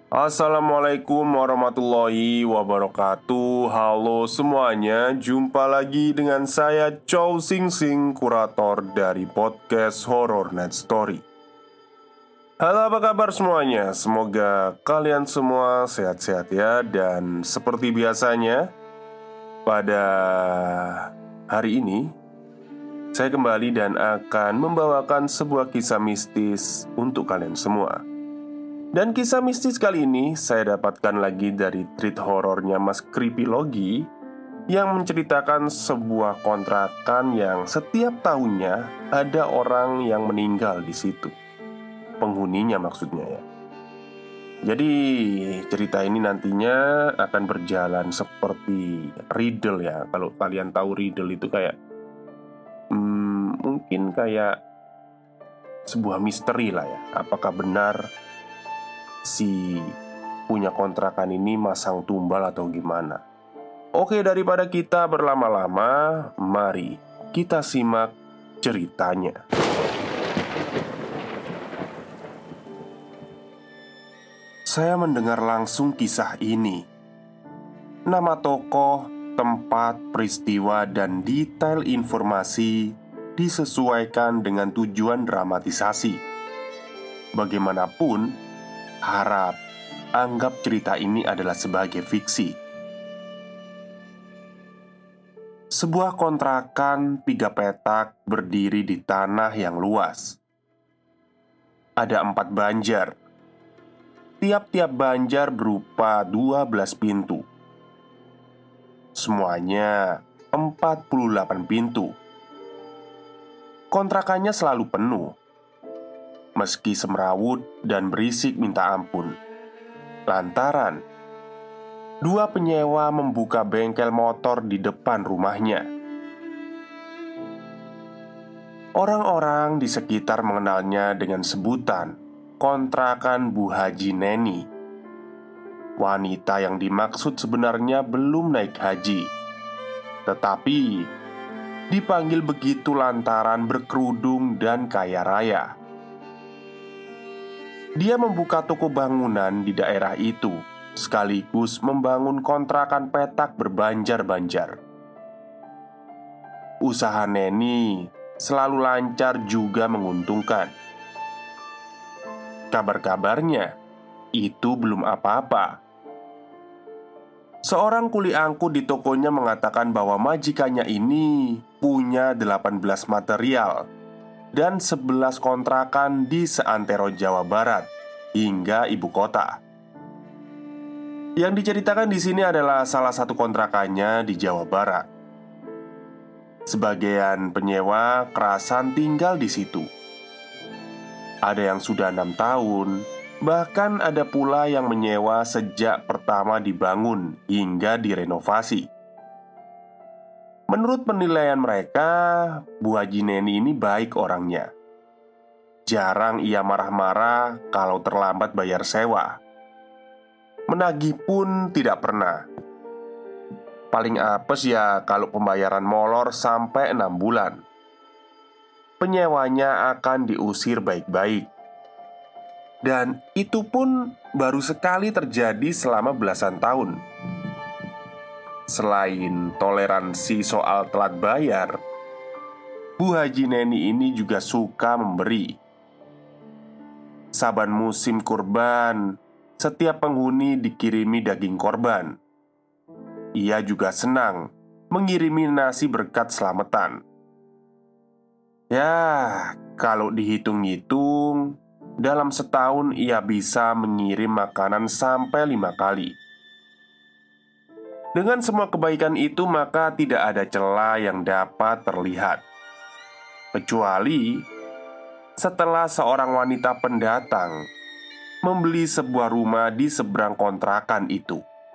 Assalamualaikum warahmatullahi wabarakatuh. Halo semuanya, jumpa lagi dengan saya Chow Sing Sing, kurator dari podcast Horror Night Story. Halo, apa kabar semuanya? Semoga kalian semua sehat-sehat ya. Dan seperti biasanya, pada hari ini saya kembali dan akan membawakan sebuah kisah mistis untuk kalian semua. Dan kisah mistis kali ini saya dapatkan lagi dari treat horornya Mas Creepylogy, yang menceritakan sebuah kontrakan yang setiap tahunnya ada orang yang meninggal di situ. Penghuninya maksudnya ya. Jadi cerita ini nantinya akan berjalan seperti riddle ya. Kalau kalian tahu riddle itu kayak mungkin kayak sebuah misteri lah ya. Apakah benar si punya kontrakan ini masang tumbal atau gimana? Oke, daripada kita berlama-lama, mari kita simak ceritanya. Saya mendengar langsung kisah ini. Nama tokoh, tempat, peristiwa, dan detail informasi disesuaikan dengan tujuan dramatisasi. Bagaimanapun, harap anggap cerita ini adalah sebagai fiksi. Sebuah kontrakan 3 petak berdiri di tanah yang luas. Ada 4 banjar. Tiap-tiap banjar berupa 12 pintu. Semuanya 48 pintu. Kontrakannya selalu penuh, meski semrawut dan berisik minta ampun. Lantaran 2 penyewa membuka bengkel motor di depan rumahnya. Orang-orang di sekitar mengenalnya dengan sebutan kontrakan Bu Haji Neni. Wanita yang dimaksud sebenarnya belum naik haji, tetapi dipanggil begitu lantaran berkerudung dan kaya raya. Dia membuka toko bangunan di daerah itu, sekaligus membangun kontrakan petak berbanjar-banjar. Usaha Neni selalu lancar juga menguntungkan. Kabar-kabarnya, itu belum apa-apa. Seorang kuli angkut di tokonya mengatakan bahwa majikannya ini punya 18 material dan 11 kontrakan di seantero Jawa Barat hingga ibu kota. Yang diceritakan di sini adalah salah satu kontrakannya di Jawa Barat. Sebagian penyewa kerasan tinggal di situ. Ada yang sudah 6 tahun, bahkan ada pula yang menyewa sejak pertama dibangun hingga direnovasi. Menurut penilaian mereka, Bu Haji Neni ini baik orangnya. Jarang ia marah-marah kalau terlambat bayar sewa. Menagih pun tidak pernah. Paling apes ya kalau pembayaran molor sampai 6 bulan. Penyewanya akan diusir baik-baik. Dan itu pun baru sekali terjadi selama belasan tahun. Selain toleransi soal telat bayar, Bu Haji Neni ini juga suka memberi. Saban musim kurban, setiap penghuni dikirimi daging korban. Ia juga senang mengirimi nasi berkat selamatan. Ya, kalau dihitung-hitung, dalam setahun ia bisa mengirim makanan sampai 5 kali. Dengan semua kebaikan itu, maka tidak ada celah yang dapat terlihat, kecuali setelah seorang wanita pendatang membeli sebuah rumah di seberang kontrakan itu.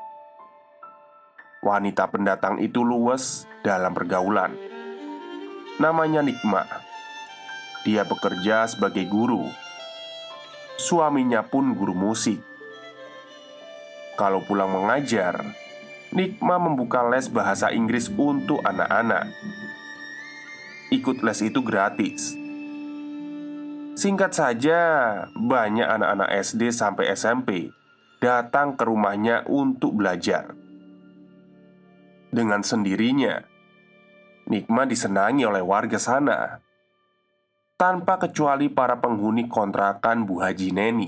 Wanita pendatang itu luwes dalam pergaulan. Namanya Nikma. Dia bekerja sebagai guru. Suaminya pun guru musik. Kalau pulang mengajar, Nikma membuka les bahasa Inggris untuk anak-anak. Ikut les itu gratis. Singkat saja, banyak anak-anak SD sampai SMP datang ke rumahnya untuk belajar. Dengan sendirinya, Nikma disenangi oleh warga sana, tanpa kecuali para penghuni kontrakan Bu Haji Neni.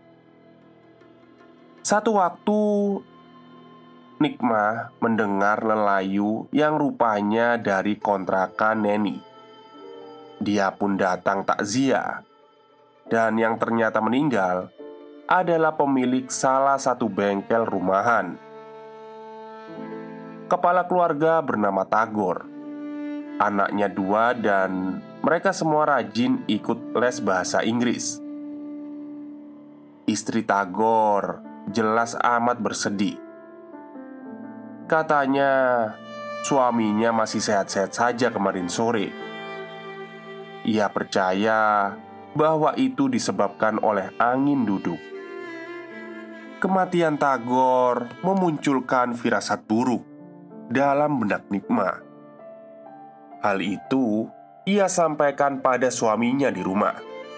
Satu waktu, Nikma mendengar lelayu yang rupanya dari kontrakan Neni. Dia pun datang takziah, dan yang ternyata meninggal adalah pemilik salah satu bengkel rumahan. Kepala keluarga bernama Tagor. Anaknya 2 dan mereka semua rajin ikut les bahasa Inggris. Istri Tagor jelas amat bersedih. Katanya suaminya masih sehat-sehat saja kemarin sore. Ia percaya bahwa itu disebabkan oleh angin duduk. Kematian Tagor memunculkan firasat buruk dalam benak Nikma. Hal itu ia sampaikan pada suaminya di rumah.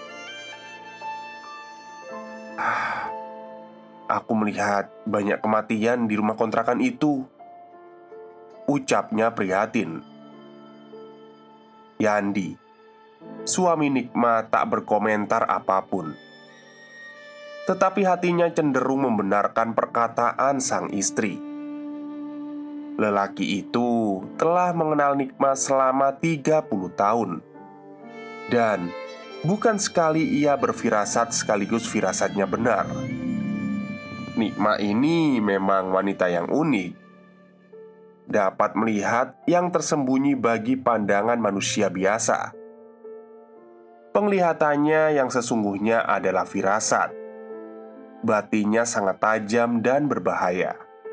Aku melihat banyak kematian di rumah kontrakan itu, ucapnya prihatin. Yandi, suami Nikma, tak berkomentar apapun. Tetapi hatinya cenderung membenarkan perkataan sang istri. Lelaki itu telah mengenal Nikma selama 30 tahun. Dan bukan sekali ia berfirasat sekaligus firasatnya benar. Nikma ini memang wanita yang unik, dapat melihat yang tersembunyi bagi pandangan manusia biasa. Penglihatannya yang sesungguhnya adalah firasat. Batinnya sangat tajam dan berbahaya.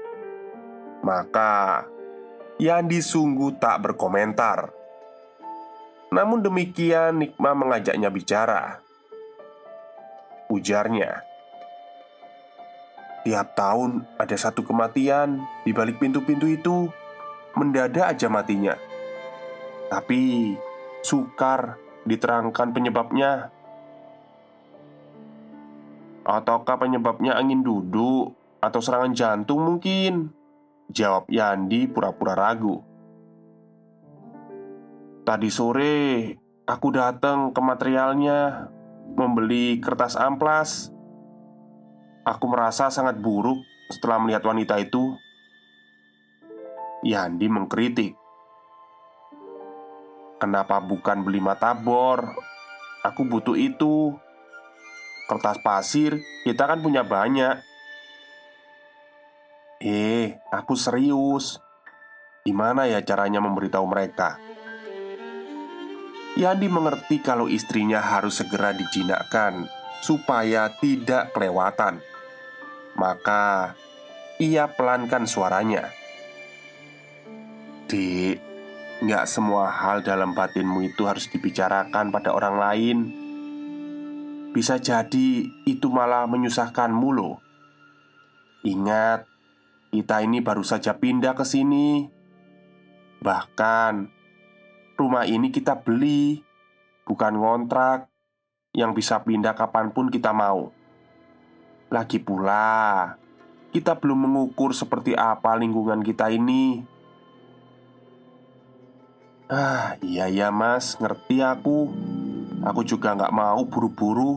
Maka Yandi sungguh tak berkomentar. Namun demikian Nikma mengajaknya bicara. Ujarnya, "Tiap tahun ada satu kematian di balik pintu-pintu itu. Mendadak aja matinya. Tapi sukar diterangkan penyebabnya. Ataukah penyebabnya angin duduk atau serangan jantung mungkin?" jawab Yandi pura-pura ragu. "Tadi sore aku datang ke materialnya membeli kertas amplas. Aku merasa sangat buruk setelah melihat wanita itu." Yandi mengkritik, "Kenapa bukan beli martabor? Aku butuh itu. Kertas pasir kita kan punya banyak." Aku serius. Gimana ya caranya memberitahu mereka?" Yandi mengerti kalau istrinya harus segera dijinakkan supaya tidak kelewatan. Maka ia pelankan suaranya. "Dik, nggak semua hal dalam batinmu itu harus dibicarakan pada orang lain. Bisa jadi itu malah menyusahkanmu loh. Ingat, kita ini baru saja pindah ke sini. Bahkan rumah ini kita beli, bukan ngontrak yang bisa pindah kapanpun kita mau. Lagi pula, kita belum mengukur seperti apa lingkungan kita ini." Iya ya mas, ngerti aku. Aku juga nggak mau buru-buru.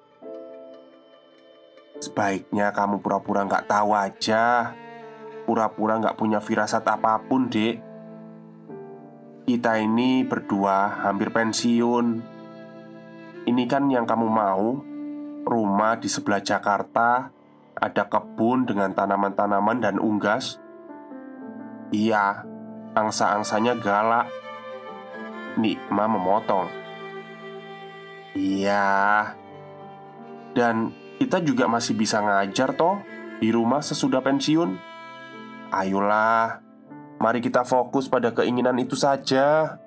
Sebaiknya kamu pura-pura nggak tahu aja. Pura-pura nggak punya firasat apapun, dek. Kita ini berdua hampir pensiun. Ini kan yang kamu mau. Rumah di sebelah Jakarta, ada kebun dengan tanaman-tanaman dan unggas. Iya, angsa-angsanya galak. Nikma memotong. Iya. Dan kita juga masih bisa ngajar toh di rumah sesudah pensiun. Ayolah, mari kita fokus pada keinginan itu saja.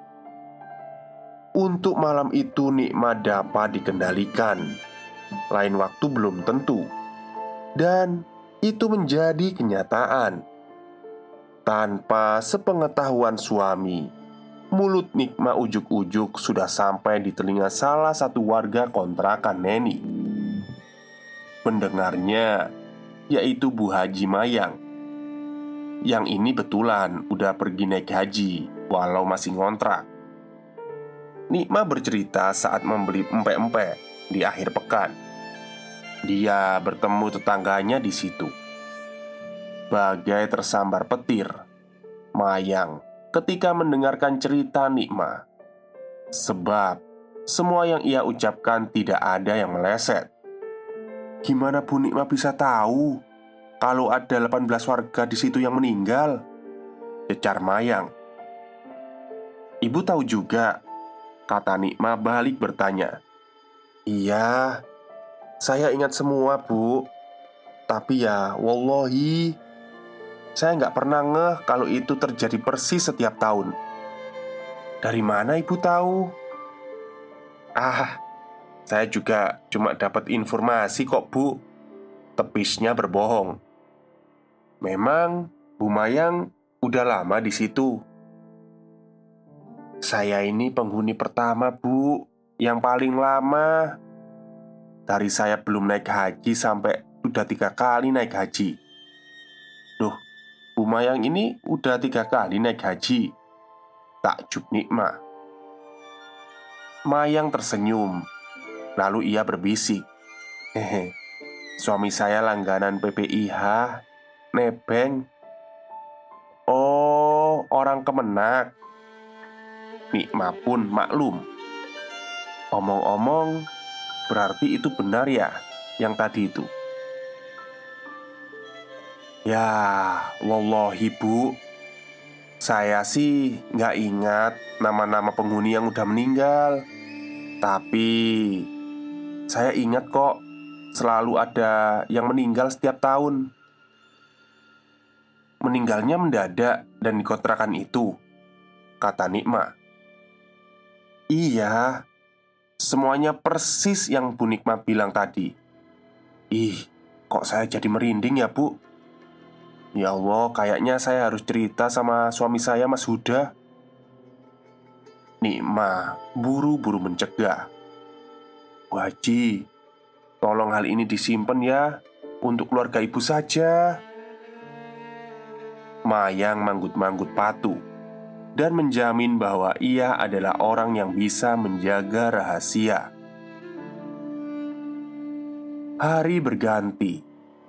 Untuk malam itu Nikma dapat dikendalikan. Lain waktu belum tentu. Dan itu menjadi kenyataan. Tanpa sepengetahuan suami, mulut Nikma ujuk-ujuk sudah sampai di telinga salah satu warga kontrakan Neni. Pendengarnya yaitu Bu Haji Mayang. Yang ini betulan udah pergi naik haji, walau masih ngontrak. Nikma bercerita saat membeli empek-empek di akhir pekan. Dia bertemu tetangganya di situ. Bagai tersambar petir, Mayang ketika mendengarkan cerita Nikma. Sebab semua yang ia ucapkan tidak ada yang meleset. Gimana Bu Nikma bisa tahu kalau ada 18 warga di situ yang meninggal? Cecar Mayang. Ibu tahu juga, kata Nikma balik bertanya. Iya, saya ingat semua Bu. Tapi ya wallahi, saya nggak pernah ngeh kalau itu terjadi persis setiap tahun. Dari mana ibu tahu? Saya juga cuma dapat informasi kok Bu. Tepisnya berbohong. Memang Bu Mayang udah lama di situ. Saya ini penghuni pertama Bu, yang paling lama. Dari saya belum naik haji sampai udah 3 kali naik haji. Duh, Bu Mayang ini udah 3 kali naik haji. Takjub Nikma. Mayang tersenyum. Lalu ia berbisik, "Hehe, suami saya langganan PPIH, nebeng." "Oh, orang Kemenak." Nikma pun maklum. Omong-omong, berarti itu benar ya yang tadi itu? Ya, wallahi Bu, saya sih nggak ingat nama-nama penghuni yang udah meninggal. Tapi saya ingat kok, selalu ada yang meninggal setiap tahun. Meninggalnya mendadak dan di kontrakan itu, kata Nikma. Iya, semuanya persis yang Bu Nikma bilang tadi. Ih, kok saya jadi merinding ya Bu? Ya Allah, kayaknya saya harus cerita sama suami saya, Mas Huda. Nikma buru-buru mencegah. Bu Haji, tolong hal ini disimpan ya, untuk keluarga ibu saja. Mayang manggut-manggut patuh dan menjamin bahwa ia adalah orang yang bisa menjaga rahasia. Hari berganti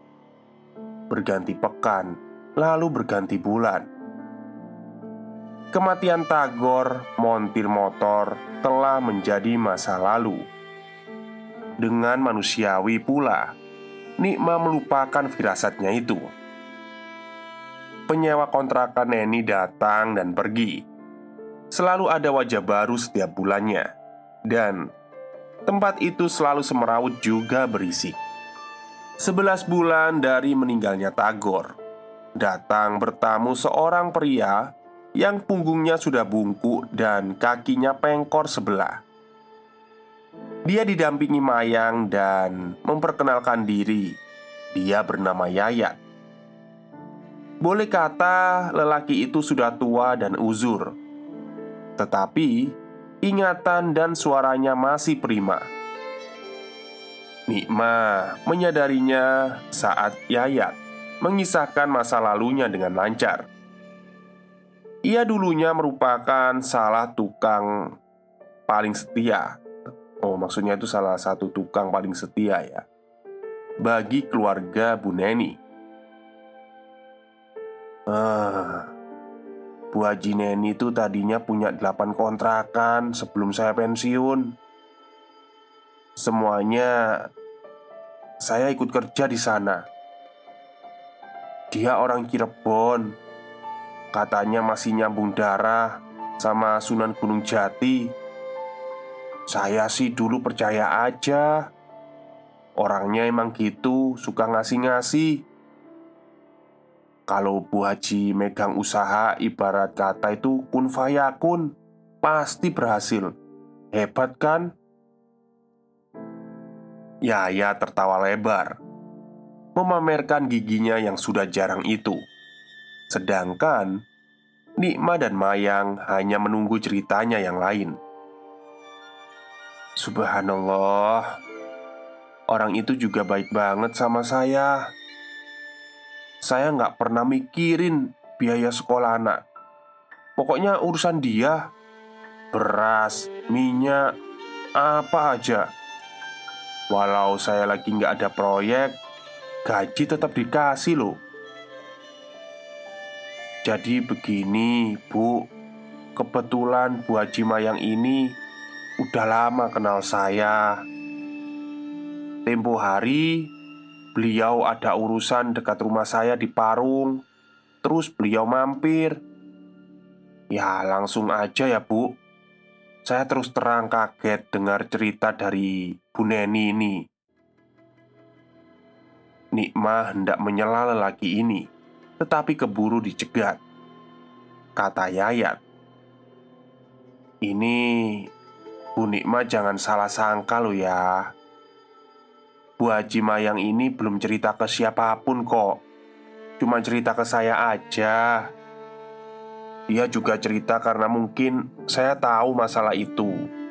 pekan, lalu berganti bulan. Kematian Tagor, montir motor, telah menjadi masa lalu. Dengan manusiawi pula, Nikma melupakan firasatnya itu. Penyewa kontrakan Neni datang dan pergi. Selalu ada wajah baru setiap bulannya. Dan tempat itu selalu semeraut juga berisik. 11 bulan dari meninggalnya Tagor, datang bertamu seorang pria yang punggungnya sudah bungkuk dan kakinya pengkor sebelah. Dia didampingi Mayang dan memperkenalkan diri. Dia bernama Yayat. Boleh kata lelaki itu sudah tua dan uzur, tetapi ingatan dan suaranya masih prima. Nikma menyadarinya saat Yayat mengisahkan masa lalunya dengan lancar. Ia dulunya merupakan salah tukang paling setia. Oh, maksudnya itu salah satu tukang paling setia ya, bagi keluarga Bu Neni. Bu Haji Neni itu tadinya punya 8 kontrakan sebelum saya pensiun. Semuanya saya ikut kerja di sana. Dia orang Cirebon. Katanya masih nyambung darah sama Sunan Gunung Jati. Saya sih dulu percaya aja. Orangnya emang gitu, suka ngasih-ngasih. Kalau Bu Haji megang usaha, ibarat kata itu kun fayakun, pasti berhasil. Hebat kan? Yaya tertawa lebar, memamerkan giginya yang sudah jarang itu. Sedangkan Nikma dan Mayang hanya menunggu ceritanya yang lain. Subhanallah, orang itu juga baik banget sama saya. saya nggak pernah mikirin biaya sekolah anak. Pokoknya urusan dia, beras, minyak, apa aja. Walau saya lagi nggak ada proyek, gaji tetap dikasih loh. Jadi begini, Bu. Kebetulan Bu Haji Mayang ini udah lama kenal saya. Tempo hari, beliau ada urusan dekat rumah saya di Parung. Terus beliau mampir. Ya langsung aja ya, Bu. Saya terus terang kaget dengar cerita dari Bu Neni ini. Nikmah hendak menyela lelaki ini, tetapi keburu dicegat. Kata Yayat, "Ini Bu Nikmah jangan salah sangka lo ya. Bu Haji Mayang ini belum cerita ke siapapun kok. Cuma cerita ke saya aja. Dia juga cerita karena mungkin saya tahu masalah itu."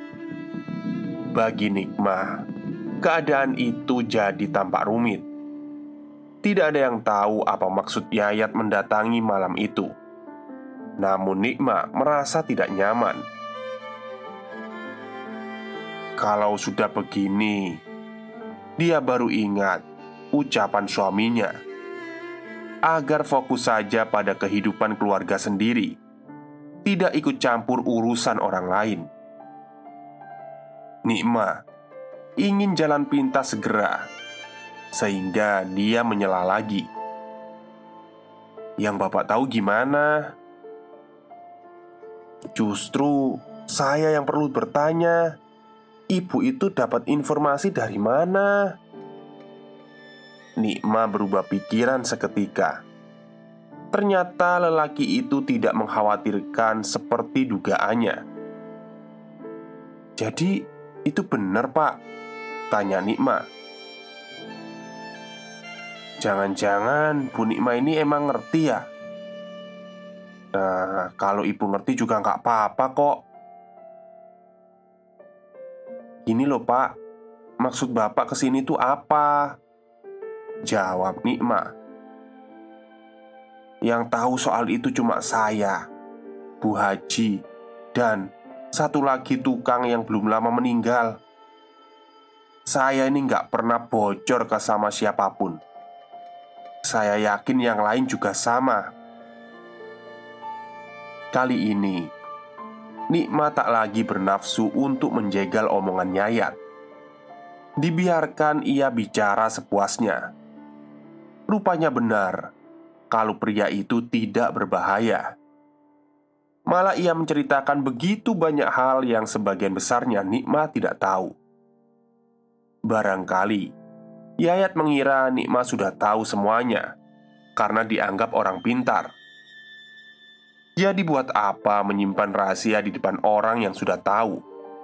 Bagi Nikmah, keadaan itu jadi tampak rumit. Tidak ada yang tahu apa maksud Yayat mendatangi malam itu. Namun Nikmah merasa tidak nyaman. Kalau sudah begini, dia baru ingat ucapan suaminya agar fokus saja pada kehidupan keluarga sendiri, tidak ikut campur urusan orang lain. Nikmah ingin jalan pintas segera, sehingga dia menyela lagi. Yang Bapak tahu gimana? Justru saya yang perlu bertanya. Ibu itu dapat informasi dari mana? Nikmah berubah pikiran seketika. Ternyata lelaki itu tidak mengkhawatirkan seperti dugaannya. "Jadi itu benar, Pak?" tanya Nikmah. "Jangan-jangan Bu Nikmah ini emang ngerti ya?" "Nah, kalau ibu ngerti juga nggak apa-apa kok. Gini loh Pak, maksud Bapak kesini tuh apa?" jawab Nikmah. "Yang tahu soal itu cuma saya, Bu Haji, dan satu lagi tukang yang belum lama meninggal. Saya ini nggak pernah bocor ke sama siapapun. Saya yakin yang lain juga sama." Kali ini Nikmah tak lagi bernafsu untuk menjegal omongan Yayat. Dibiarkan ia bicara sepuasnya. Rupanya benar kalau pria itu tidak berbahaya. Malah ia menceritakan begitu banyak hal yang sebagian besarnya Nikmah tidak tahu. Barangkali Yayat mengira Nikmah sudah tahu semuanya karena dianggap orang pintar. Jadi buat apa menyimpan rahasia di depan orang yang sudah tahu?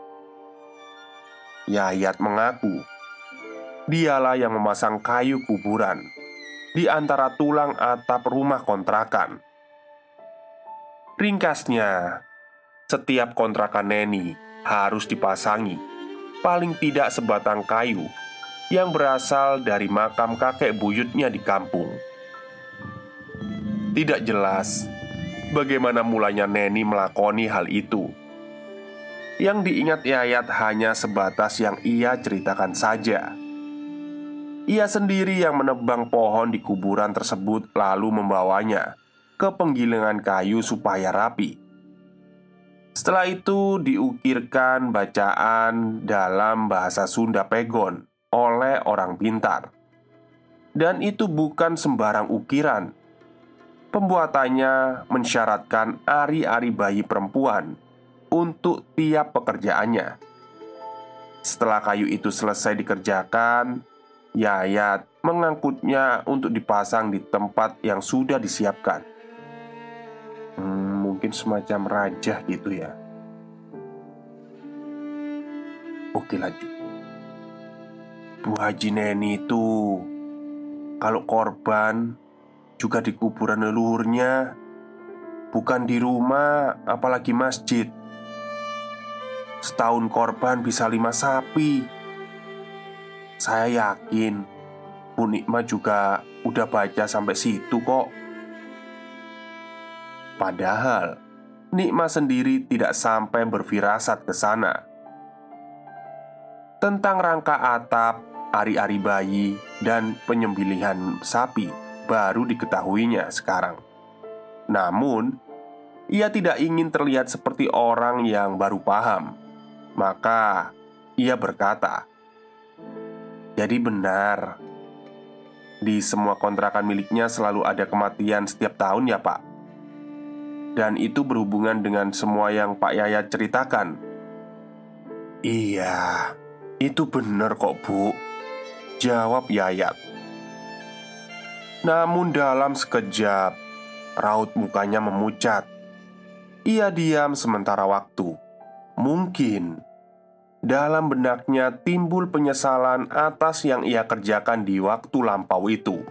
Yayat mengaku dialah yang memasang kayu kuburan di antara tulang atap rumah kontrakan. Ringkasnya, setiap kontrakan Neni harus dipasangi paling tidak sebatang kayu yang berasal dari makam kakek buyutnya di kampung. Tidak jelas bagaimana mulanya Neni melakoni hal itu. Yang diingat Yayat hanya sebatas yang ia ceritakan saja. Ia sendiri yang menebang pohon di kuburan tersebut lalu membawanya ke penggilingan kayu supaya rapi. Setelah itu diukirkan bacaan dalam bahasa Sunda Pegon oleh orang pintar. Dan itu bukan sembarang ukiran. Pembuatannya mensyaratkan ari-ari bayi perempuan untuk tiap pekerjaannya. Setelah kayu itu selesai dikerjakan, Yayat mengangkutnya untuk dipasang di tempat yang sudah disiapkan. Mungkin semacam rajah gitu ya. Oke, lanjut. Bu Haji Neni itu kalau korban juga di kuburan leluhurnya, bukan di rumah, apalagi masjid. Setahun korban bisa 5 sapi. Saya yakin Bu Nikma juga udah baca sampai situ kok. Padahal Nikma sendiri tidak sampai berfirasat ke sana. Tentang rangka atap, ari-ari bayi, dan penyembelihan sapi baru diketahuinya sekarang. Namun, ia tidak ingin terlihat seperti orang yang baru paham. Maka, ia berkata, "Jadi benar, di semua kontrakan miliknya selalu ada kematian setiap tahun ya Pak? Dan itu berhubungan dengan semua yang Pak Yayat ceritakan?" "Iya, itu benar kok Bu," jawab Yayat. Namun dalam sekejap, raut mukanya memucat. Ia diam sementara waktu. Mungkin dalam benaknya timbul penyesalan atas yang ia kerjakan di waktu lampau itu.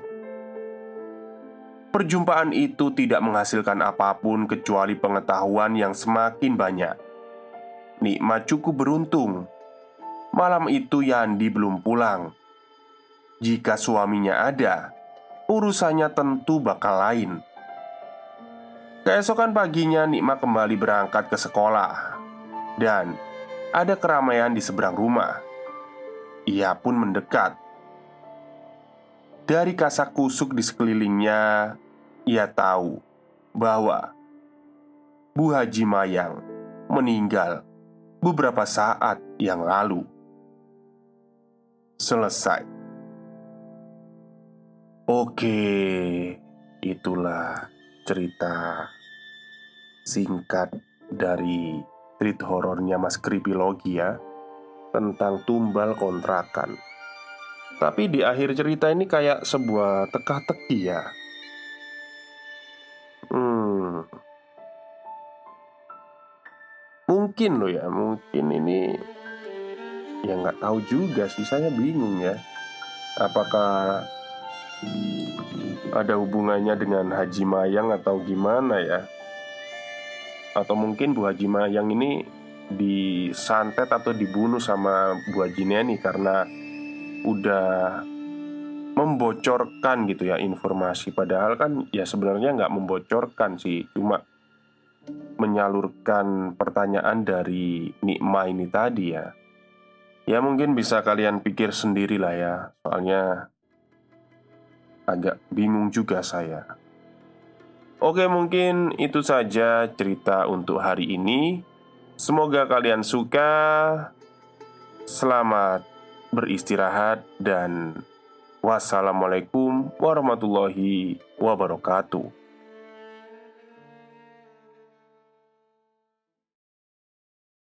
Perjumpaan itu tidak menghasilkan apapun kecuali pengetahuan yang semakin banyak. Nikma cukup beruntung. Malam itu Yandi belum pulang. Jika suaminya ada, urusannya tentu bakal lain. Keesokan paginya Nikma kembali berangkat ke sekolah. Dan ada keramaian di seberang rumah. Ia pun mendekat. Dari kasak kusuk di sekelilingnya, ia tahu bahwa Bu Haji Mayang meninggal beberapa saat yang lalu. Selesai. Oke, itulah cerita singkat dari treat horornya Mas Kripilogi ya, tentang tumbal kontrakan. Tapi di akhir cerita ini kayak sebuah teka-teki ya. Mungkin loh ya, mungkin ini ya nggak tahu juga sih, saya bingung ya. Apakah ada hubungannya dengan Haji Mayang atau gimana ya? Atau mungkin Bu Haji Mayang ini disantet atau dibunuh sama Bu Haji Neni karena udah membocorkan gitu ya informasi. Padahal kan ya sebenarnya nggak membocorkan sih, cuma menyalurkan pertanyaan dari Nikma ini tadi ya. Ya mungkin bisa kalian pikir sendiri lah ya. Soalnya agak bingung juga saya. Oke, mungkin itu saja cerita untuk hari ini. Semoga kalian suka. Selamat beristirahat dan wassalamualaikum warahmatullahi wabarakatuh.